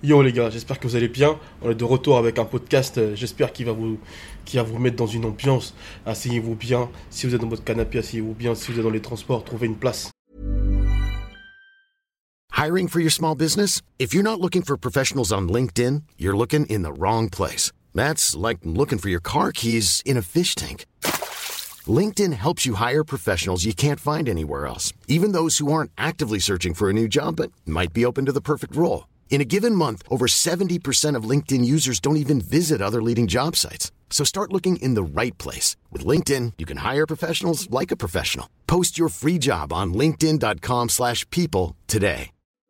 Yo les gars, j'espère que vous allez bien. On est de retour avec un podcast, j'espère qu'il va vous mettre dans une ambiance. Asseyez-vous bien. Si vous êtes dans votre canapé, asseyez-vous bien. Si vous êtes dans les transports, trouvez une place. Hiring for your small business? If you're not looking for professionals on LinkedIn, you're looking in the wrong place. That's like looking for your car keys in a fish tank. LinkedIn helps you hire professionals you can't find anywhere else, even those who aren't actively searching for a new job but might be open to the perfect role. In a given month, over 70% of LinkedIn users don't even visit other leading job sites. So start looking in the right place. With LinkedIn, you can hire professionals like a professional. Post your free job on linkedin.com/people today.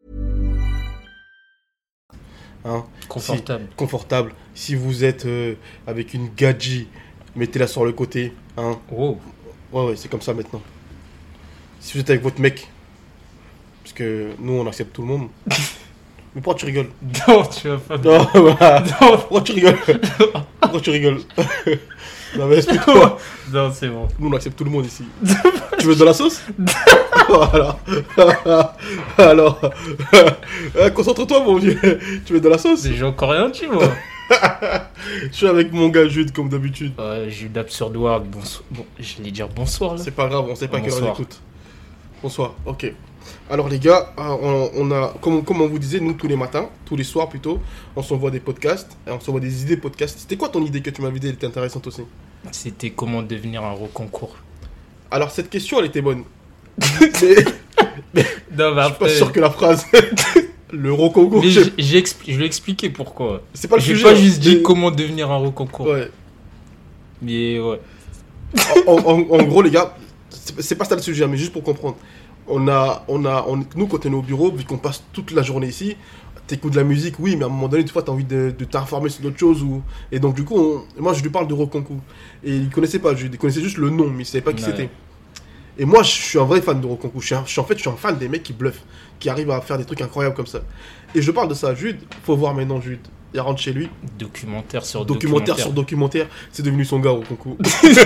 Hein, Confortable. Si vous êtes avec une gadji, mettez-la sur le côté. Hein. Oh. Ouais, c'est comme ça maintenant. Si vous êtes avec votre mec, parce que nous on accepte tout le monde. Mais pourquoi tu rigoles? Non, tu vas pas. Non, non. Pourquoi tu rigoles? Pourquoi tu rigoles? Non mais explique-toi. Non, c'est bon. Nous on accepte tout le monde ici. Tu veux de la sauce? Voilà. Alors, concentre-toi mon vieux. Tu veux de la sauce? J'ai encore rien dit moi. Je suis avec mon gars Jude comme d'habitude. Jude Absurd World. Bon, je vais dire bonsoir là. C'est pas grave, on sait pas quelle heure on écoute. Bonsoir, ok. Alors les gars, on a, comme on vous disait, nous tous les matins, tous les soirs plutôt, on s'envoie des podcasts, et on s'envoie des idées podcasts. C'était quoi ton idée que tu m'avais dit? Elle était intéressante aussi. C'était comment devenir un reconcours. Alors cette question, elle était bonne. mais Non, mais je suis pas sûr que la phrase... Le reconcours... Mais je vais expliquer pourquoi. C'est pas le sujet. J'ai pas juste dit comment devenir un reconcours. Ouais. Mais ouais. En gros les gars, c'est pas ça le sujet, mais juste pour comprendre. Nous, quand on est au bureau, vu qu'on passe toute la journée ici, t'écoutes de la musique, oui, mais à un moment donné, des fois, t'as envie de t'informer sur d'autres choses. Et donc, du coup, moi, je lui parle de Roconcours. Et il connaissait pas, il connaissait juste le nom, mais il savait pas qui c'était. Et moi, je suis un vrai fan de Roconcours. Je suis un fan des mecs qui bluffent, qui arrivent à faire des trucs incroyables comme ça. Et je parle de ça à Jude. Faut voir maintenant Jude. Il rentre chez lui. Documentaire sur documentaire. C'est devenu son gars Roconcours.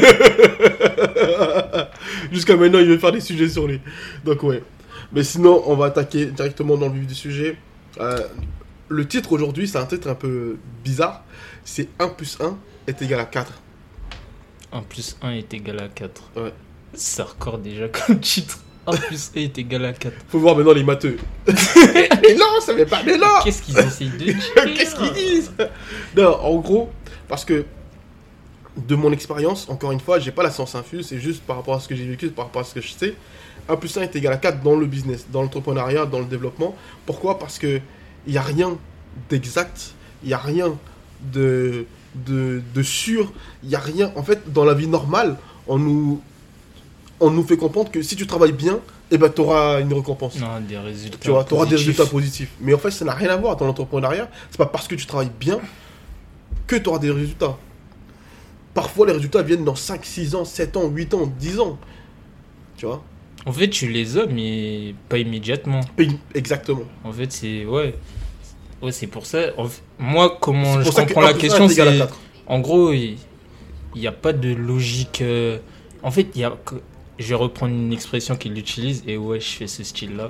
Jusqu'à maintenant, il veut faire des sujets sur lui. Donc ouais. Mais sinon, on va attaquer directement dans le vif du sujet. Le titre aujourd'hui, c'est un titre un peu bizarre. C'est 1 + 1 est égal à 4. 1 + 1 est égal à 4. Ouais. Ça record déjà comme titre. 1 + 1 est égal à 4. Faut voir maintenant les matheux. Mais non, ça ne pas. Mais non. Qu'est-ce qu'ils essayent de dire? Qu'est-ce qu'ils disent? Non, en gros, parce que de mon expérience, encore une fois, j'ai pas la science infuse, c'est juste par rapport à ce que j'ai vécu, par rapport à ce que je sais. 1 + 1 est égal à 4 dans le business, dans l'entrepreneuriat, dans le développement. Pourquoi? Parce que il n'y a rien d'exact, il n'y a rien de sûr, il n'y a rien. En fait, dans la vie normale, on nous fait comprendre que si tu travailles bien, eh ben, tu auras une récompense. Non, des résultats. Tu auras des résultats positifs. Mais en fait, ça n'a rien à voir dans l'entrepreneuriat. C'est pas parce que tu travailles bien que tu auras des résultats. Parfois, les résultats viennent dans 5, 6 ans, 7 ans, 8 ans, 10 ans. Tu vois? En fait, tu les as, mais pas immédiatement. Exactement. En fait, c'est... Ouais, c'est pour ça. Moi, comment je ça comprends la question, c'est... En gros, il n'y a pas de logique... En fait, il y a... Je vais reprendre une expression qu'il utilise, et ouais, je fais ce style-là.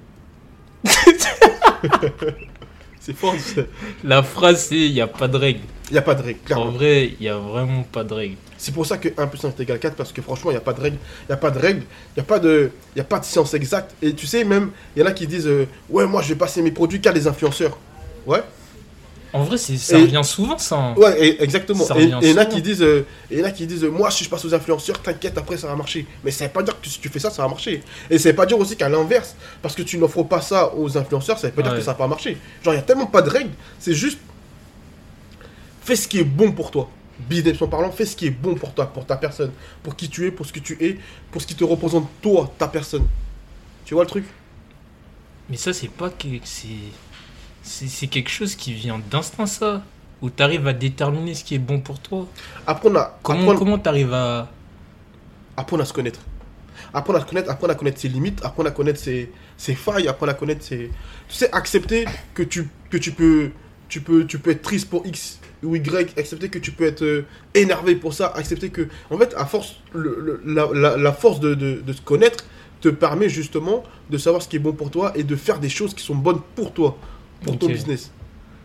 C'est fort. La phrase, c'est « il n'y a pas de règle ». Il n'y a pas de règle, clairement. En vrai, il n'y a vraiment pas de règle. C'est pour ça que 1 + 1 est égal à 4, parce que franchement, il n'y a pas de règle. Il n'y a pas de règle, il n'y a pas de science exacte. Et tu sais, même, il y en a qui disent ouais, moi, je vais passer mes produits qu'à des influenceurs. Ouais. En vrai, ça revient souvent, ça. Hein. Ouais, exactement. Et il y en a qui disent, moi, si je passe aux influenceurs, t'inquiète, après, ça va marcher. Mais ça ne veut pas dire que si tu fais ça, ça va marcher. Et ça ne veut pas dire aussi qu'à l'inverse, parce que tu n'offres pas ça aux influenceurs, ça ne veut pas dire que ça va pas marcher. Genre, il n'y a tellement pas de règles, c'est juste, fais ce qui est bon pour toi. Business en parlant, fais ce qui est bon pour toi, pour ta personne, pour qui tu es, pour ce que tu es, pour ce qui te représente toi, ta personne. Tu vois le truc? Mais ça, c'est pas que... C'est quelque chose qui vient d'instinct, ça. Où tu arrives à déterminer ce qui est bon pour toi. Comment tu arrives à... Apprendre à se connaître. Apprendre à connaître ses limites, apprendre à connaître ses failles, apprendre à connaître ses... Tu sais, accepter que tu peux être triste pour X ou Y, accepter que tu peux être énervé pour ça, accepter que... En fait, à force, la force de se connaître te permet justement de savoir ce qui est bon pour toi et de faire des choses qui sont bonnes pour toi. Pour ton business.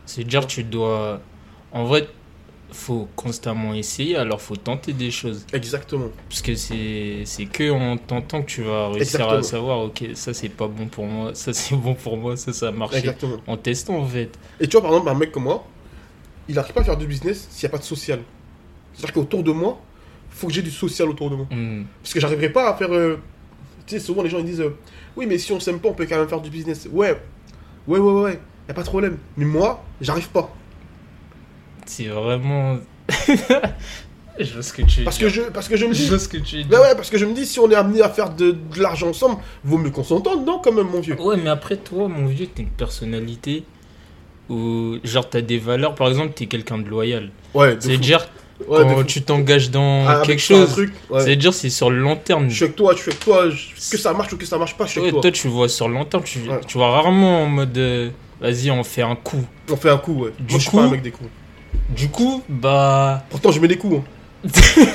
C'est-à-dire tu dois... En vrai, faut constamment essayer, alors faut tenter des choses. Exactement. Parce que c'est que en tentant que tu vas réussir à savoir, ok, ça c'est pas bon pour moi, ça c'est bon pour moi, ça a marché. Exactement. En testant en fait. Et tu vois, par exemple, un mec comme moi, il n'arrive pas à faire du business s'il n'y a pas de social. C'est-à-dire qu'autour de moi, il faut que j'ai du social autour de moi. Parce que j'arriverai pas à faire... Tu sais, souvent les gens ils disent oui, mais si on s'aime pas, on peut quand même faire du business. Ouais, y a pas de problème. Mais moi, j'arrive pas. C'est vraiment... Je vois ce que tu veux dire. Parce que je me dis... Je vois ce que tu veux dire. Bah ouais, parce que je me dis, si on est amené à faire de l'argent ensemble, vaut mieux qu'on s'entende, non, quand même, mon vieux. Ouais, mais après, toi, mon vieux, t'as une personnalité où, genre, t'as des valeurs. Par exemple, t'es quelqu'un de loyal. Ouais, c'est-à-dire, quand tu t'engages dans quelque chose, c'est-à-dire, c'est sur le long terme. Je suis avec toi, que ça marche ou que ça marche pas, je suis avec toi. Toi, tu vois sur le long terme, tu vois rarement en mode, vas-y, on fait un coup. On fait un coup, ouais. Moi, je suis pas un mec des coups. Du coup, bah... Pourtant, je mets des coups. Hein.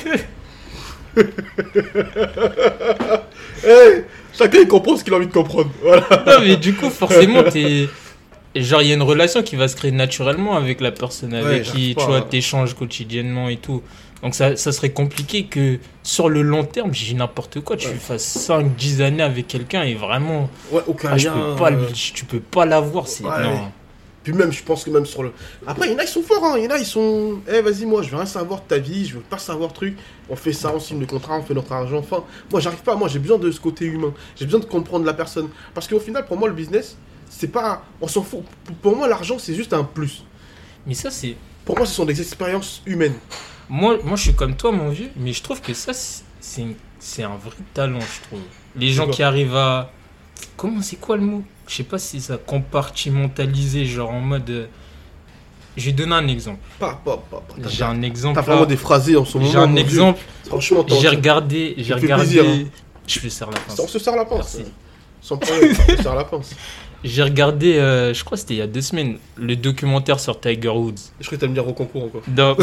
Hey, chacun il comprend ce qu'il a envie de comprendre. Voilà. Non, mais du coup, forcément, t'es... Genre, il y a une relation qui va se créer naturellement avec la personne avec qui, tu vois, t'échanges quotidiennement et tout. Donc, ça serait compliqué que, sur le long terme, j'ai n'importe quoi, tu fasses 5-10 années avec quelqu'un et vraiment... Ouais, aucun lien. Tu peux pas l'avoir, c'est... Non. Puis même, je pense que même sur le... Après, il y en a, ils sont forts, hein. Il y en a, ils sont... Vas-y, moi, je veux rien savoir de ta vie, je veux pas savoir truc. On fait ça, on signe le contrat, on fait notre argent. Enfin, moi, j'arrive pas. Moi, j'ai besoin de ce côté humain. J'ai besoin de comprendre la personne. Parce qu'au final, pour moi, le business, c'est pas... On s'en fout. Pour moi, l'argent, c'est juste un plus. Mais ça, c'est... Pour moi, ce sont des expériences humaines. Moi, je suis comme toi, mon vieux, mais je trouve que ça, c'est un vrai talent, je trouve. Les gens qui arrivent à... C'est quoi le mot ? Je sais pas si ça compartimentalisé, genre en mode... Je vais donner un exemple. J'ai un exemple. T'as vraiment des phrasés en ce moment. J'ai un exemple. Franchement, j'ai regardé. Plaisir, hein. Je te serre la pince. On se serre la pince. Merci. Sans problème, on se serre la pince. J'ai regardé, je crois que c'était il y a 2 semaines, le documentaire sur Tiger Woods. Je crois que t'allais me dire au concours encore. Non.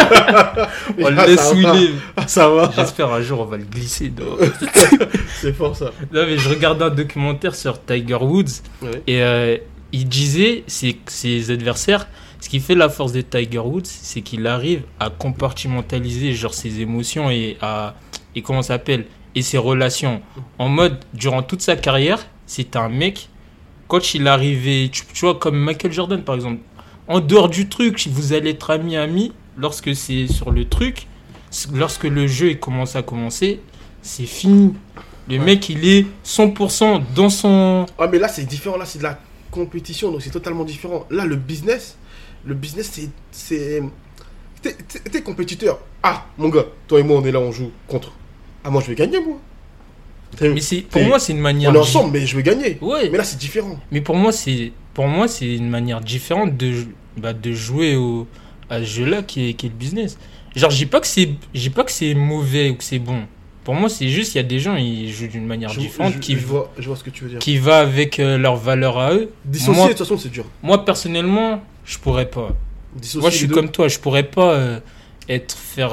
On le laisse saouler. Ça va. J'espère un jour on va le glisser. C'est fort ça. Non, mais je regardais un documentaire sur Tiger Woods. Ouais. Et il disait, ses adversaires, ce qui fait la force de Tiger Woods, c'est qu'il arrive à compartimentaliser genre ses émotions et comment ça s'appelle, et ses relations. En mode, durant toute sa carrière, c'est un mec... Quand il est arrivé, tu vois, comme Michael Jordan par exemple, en dehors du truc, vous allez être amis, lorsque c'est sur le truc, lorsque le jeu commence à commencer, c'est fini. Le mec, il est 100% dans son... Ah, mais là, c'est différent, là, c'est de la compétition, donc c'est totalement différent. Là, le business, c'est... T'es compétiteur. Ah, mon gars, toi et moi, on est là, on joue contre. Ah, moi, je vais gagner, moi. Mais pour moi, c'est une manière... On est ensemble, mais je veux gagner. Ouais. Mais là, c'est différent. Mais pour moi, c'est une manière différente de jouer à ce jeu-là qui est le business. Genre, je dis pas que c'est mauvais ou que c'est bon. Pour moi, c'est juste, il y a des gens, ils jouent d'une manière différente. Je vois ce que tu veux dire. Qui va avec leurs valeurs à eux. Dissocier, de toute façon, c'est dur. Moi, personnellement, je pourrais pas. Moi, je suis comme toi, je pourrais pas être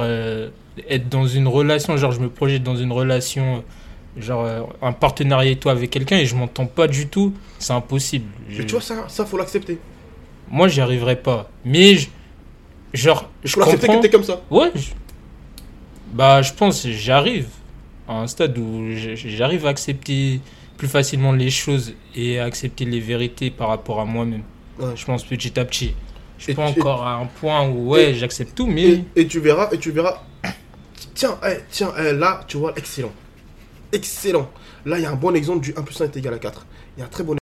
dans une relation, genre, je me projette dans une relation... Genre un partenariat et toi avec quelqu'un et je m'entends pas du tout, c'est impossible. Mais tu vois, ça faut l'accepter. Moi, j'y arriverai pas. Mais je faut l'accepter que t'es comme ça. Ouais. Je pense que j'arrive à un stade où j'arrive à accepter plus facilement les choses et à accepter les vérités par rapport à moi-même. Ouais. Je pense petit à petit. Je suis pas encore à un point où j'accepte tout, mais... Et tu verras. Tiens, là, tu vois, excellent. Là, il y a un bon exemple du 1 + 1 = 4. Il y a un très bon